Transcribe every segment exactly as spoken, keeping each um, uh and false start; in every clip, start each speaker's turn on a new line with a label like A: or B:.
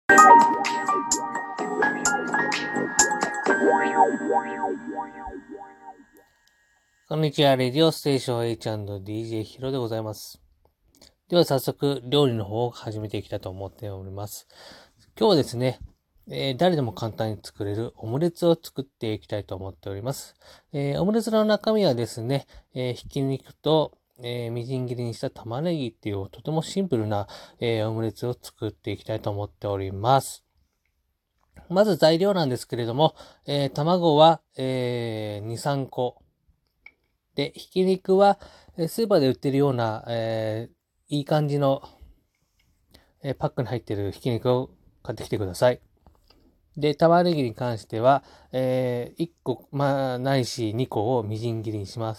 A: こんにちは、レディオステーション エイチアンドディージェー ヒロでございます。では早速、料理の方を始めていきたいと思っております。今日はですね、えー、誰でも簡単に作れるオムレツを作っていきたいと思っております。えー、オムレツの中身はですね、えー、ひき肉と、えー、みじん切りにした玉ねぎっていうとてもシンプルな、えー、オムレツを作っていきたいと思っております。まず材料なんですけれども、えー、卵は、えー、に、さんこ。で、ひき肉は、スーパーで売ってるような、えー、いい感じの、えー、パックに入ってるひき肉を買ってきてください。で、玉ねぎに関しては、えー、いっこ、まあ、ないしにこをみじん切りにします。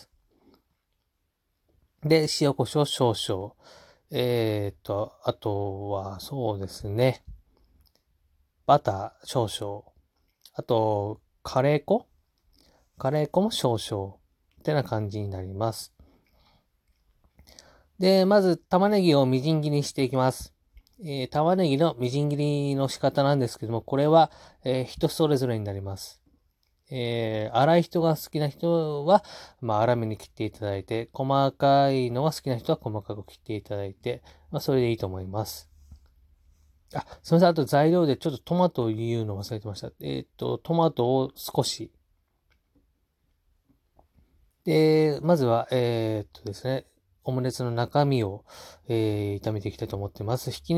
A: で、塩コショウ少々。えーと、あとは、そうですね。バター少々。あと、カレー粉カレー粉も少々。ってな感じになります。で、まず玉ねぎをみじん切りにしていきます。えー、玉ねぎのみじん切りの仕方なんですけども、これは、えー、人それぞれになります。えー、粗い人が好きな人は、まあ、粗めに切っていただいて、細かいのが好きな人は細かく切っていただいて、まあ、それでいいと思います。あ、すみません。あと材料でちょっとトマトを言うの忘れてました。えっと、トマトを少し。で、まずは、えーっとですね、オムレツの中身を、えー炒めていきたいと思ってます。ひき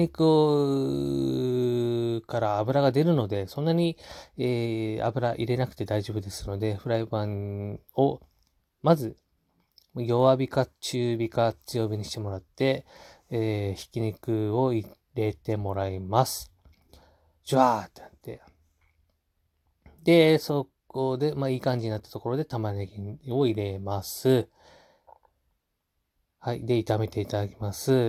A: 肉から油が出るので、そんなに、えー油入れなくて大丈夫ですので、フライパンを、まず、弱火か中火か強火にしてもらって、えーひき肉を入れてもらいます。ジュワーってなって。で、そこで、まあいい感じになったところで玉ねぎを入れます。はい。で、炒めていただきます。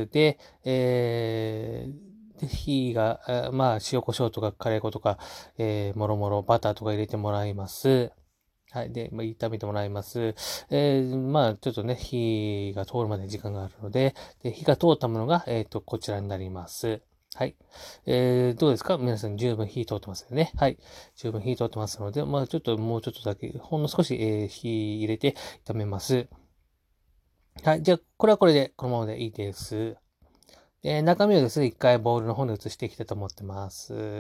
A: で、えー、で火が、あまあ、塩コショウとかカレー粉とか、えー、もろもろバターとか入れてもらいます。はい。で、まあ、炒めてもらいます。えー、まあ、ちょっとね、火が通るまで時間があるので、で、火が通ったものが、えっと、こちらになります。はい。えー、どうですか皆さん十分火通ってますよね。はい。十分火通ってますので、まあ、ちょっともうちょっとだけ、ほんの少し、えー、火入れて炒めます。はい。じゃあ、これはこれで、このままでいいです。えー中身をですね、一回ボウルの方に移していきたいと思ってます。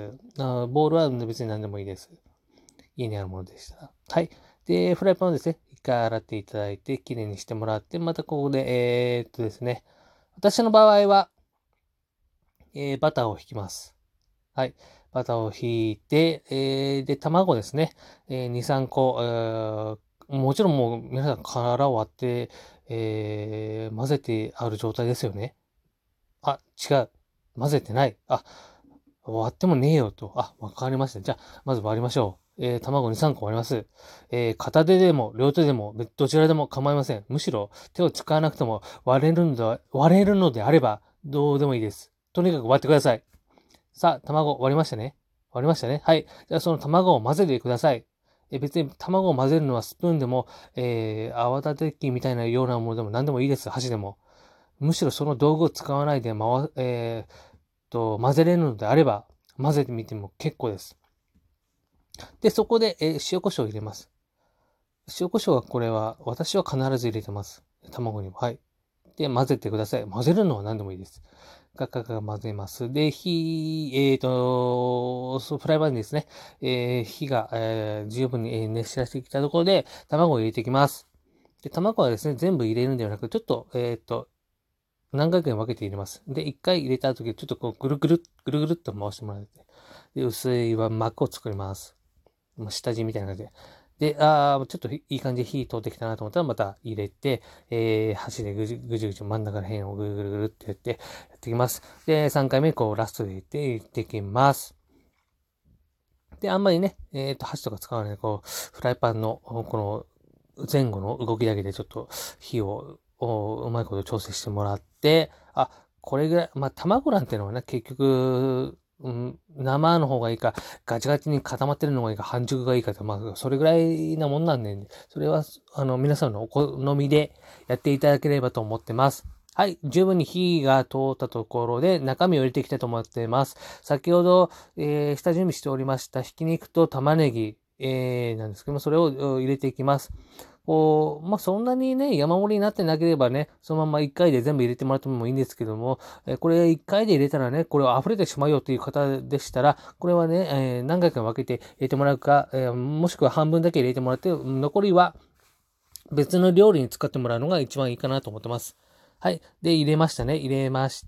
A: あボウルは別に何でもいいです。家にあるものでしたら。はい。で、フライパンをですね、一回洗っていただいて、きれいにしてもらって、またここで、えーっとですね、私の場合は、えーバターを引きます。はい。バターを引いて、えーで、卵ですね、えーに、さんこ、えーもちろんもう皆さん殻を割って、えー混ぜてある状態ですよね。あ、違う。混ぜてない。あ、割ってもねえよと。あ、わかりました。じゃあ、まず割りましょう。えー、卵に、さんこ割ります。えー、片手でも、両手でも、どちらでも構いません。むしろ、手を使わなくても割れるので、割れるのであれば、どうでもいいです。とにかく割ってください。さあ、卵割りましたね。割りましたね。はい。じゃあ、その卵を混ぜてください。え別に卵を混ぜるのはスプーンでも、えー、泡立て器みたいなようなものでも何でもいいです。箸でも。むしろその道具を使わないで回、えーと、混ぜれるのであれば、混ぜてみても結構です。で、そこで、えー塩コショウを入れます。塩コショウはこれは、私は必ず入れてます。卵にも。はい。で、混ぜてください。混ぜるのは何でもいいです。ガガガ混ぜます。で、火、えっ、と、そうフライパンにですね、えー火が、えー十分に熱し出してきたところで、卵を入れていきます。で、卵はですね、全部入れるんではなく、ちょっと、えっ、と、何回かに分けて入れます。で、一回入れた後にちょっとこうぐるぐる、ぐるぐるっと回してもらって、で、薄い膜を作ります。まあ、下地みたいな感じで。で、あー、ちょっといい感じで火通ってきたなと思ったらまた入れて、えー、箸でぐじぐじぐじ真ん中ら辺をぐるぐるぐるってやって、やっていきます。で、さんかいめこうラストで入れて、入れていきます。で、あんまりね、えっと、箸とか使わないで、こう、フライパンの、この、前後の動きだけでちょっと火を、うまいこと調整してもらって、あ、これぐらい、まあ、卵なんてのはね、結局、うん、生の方がいいか、ガチガチに固まってるのがいいか、半熟がいいかと、まあ、それぐらいなもんなんで、それは、あの、皆さんのお好みでやっていただければと思ってます。 はい。十分に火が通ったところで中身を入れていきたいと思っています。先ほど、えー、下準備しておりましたひき肉と玉ねぎ、えー、なんですけども、それを入れていきます。こう、まあ、そんなにね、山盛りになってなければね、そのままいっかいで全部入れてもらってもいいんですけども、えー、これいっかいで入れたらね、これ溢れてしまうよという方でしたら、これはね、えー、何回か分けて入れてもらうか、えー、もしくは半分だけ入れてもらって、残りは別の料理に使ってもらうのが一番いいかなと思ってます。はい。で、入れましたね。入れまして、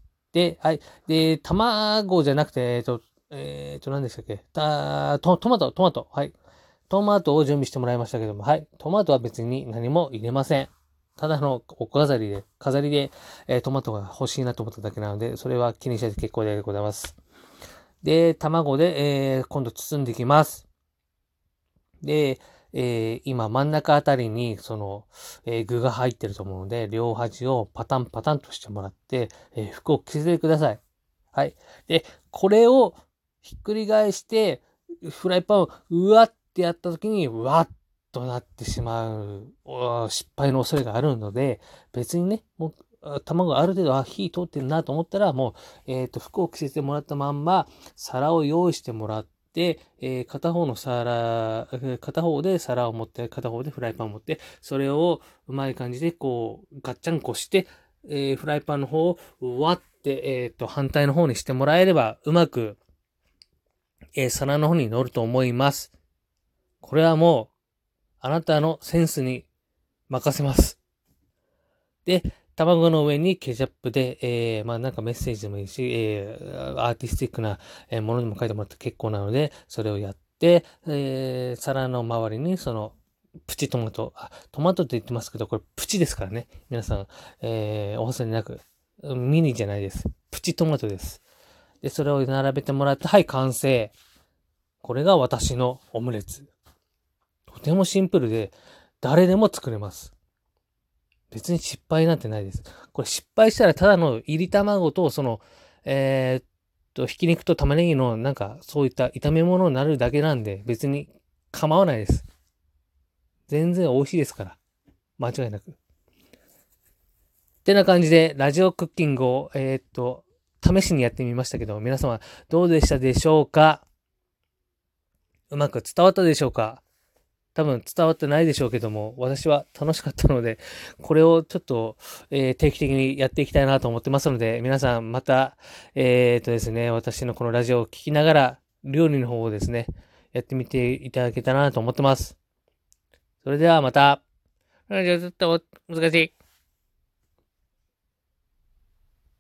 A: はい。で、卵じゃなくて、えっと、えっと、何でしたっけたト、トマト、トマト。はい。トマトを準備してもらいましたけども、はい。トマトは別に何も入れません。ただのお飾りで、飾りで、えー、トマトが欲しいなと思っただけなので、それは気にしないで結構でございます。で、卵で、えー、今度包んでいきます。で、えー、今真ん中あたりにその、えー、具が入ってると思うので、両端をパタンパタンとしてもらって、えー、服を着せてください。はい。で、これをひっくり返して、フライパンをうわってやった時に、うわっとなってしまう失敗の恐れがあるので、別にね、もう卵ある程度火通ってるなと思ったら、もう、えっと、服を着せてもらったまんま、皿を用意してもらって、で、えー、片方の皿、片方で皿を持って、片方でフライパンを持って、それをうまい感じでこう、ガッチャンコして、えー、フライパンの方をわって、えっと、反対の方にしてもらえれば、うまく、えー、皿の方に乗ると思います。これはもう、あなたのセンスに任せます。で、卵の上にケチャップで、えー、まあなんかメッセージでもいいし、えー、アーティスティックなものでも書いてもらって結構なので、それをやって、えー、皿の周りにその、プチトマト、あ、トマトって言ってますけど、これプチですからね。皆さん、えー、お忘れなく、ミニじゃないです。プチトマトです。で、それを並べてもらって、はい、完成。これが私のオムレツ。とてもシンプルで、誰でも作れます。別に失敗なんてないです。これ失敗したらただの入り卵と、その、えー、っと、ひき肉と玉ねぎのなんかそういった炒め物になるだけなんで、別に構わないです。全然美味しいですから。間違いなく。ってな感じで、ラジオクッキングを、えー、っと、試しにやってみましたけど、皆様どうでしたでしょうか？うまく伝わったでしょうか？多分伝わってないでしょうけども、私は楽しかったので、これをちょっと、えー、定期的にやっていきたいなと思ってますので、皆さんまた、えー、っとですね、私のこのラジオを聞きながら、料理の方をですね、やってみていただけたらなと思ってます。それではまた。ラジオずっと難しい。